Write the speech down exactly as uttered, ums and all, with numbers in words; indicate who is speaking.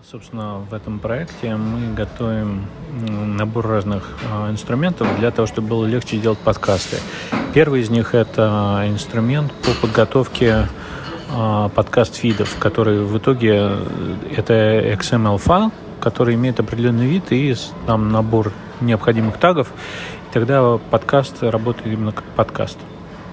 Speaker 1: Собственно, в этом проекте мы готовим набор разных инструментов для того, чтобы было легче делать подкасты. Первый из них – это инструмент по подготовке подкаст-фидов, который в итоге это икс эм эль-файл, который имеет определенный вид и там набор необходимых тагов. И тогда подкаст работает именно как подкаст.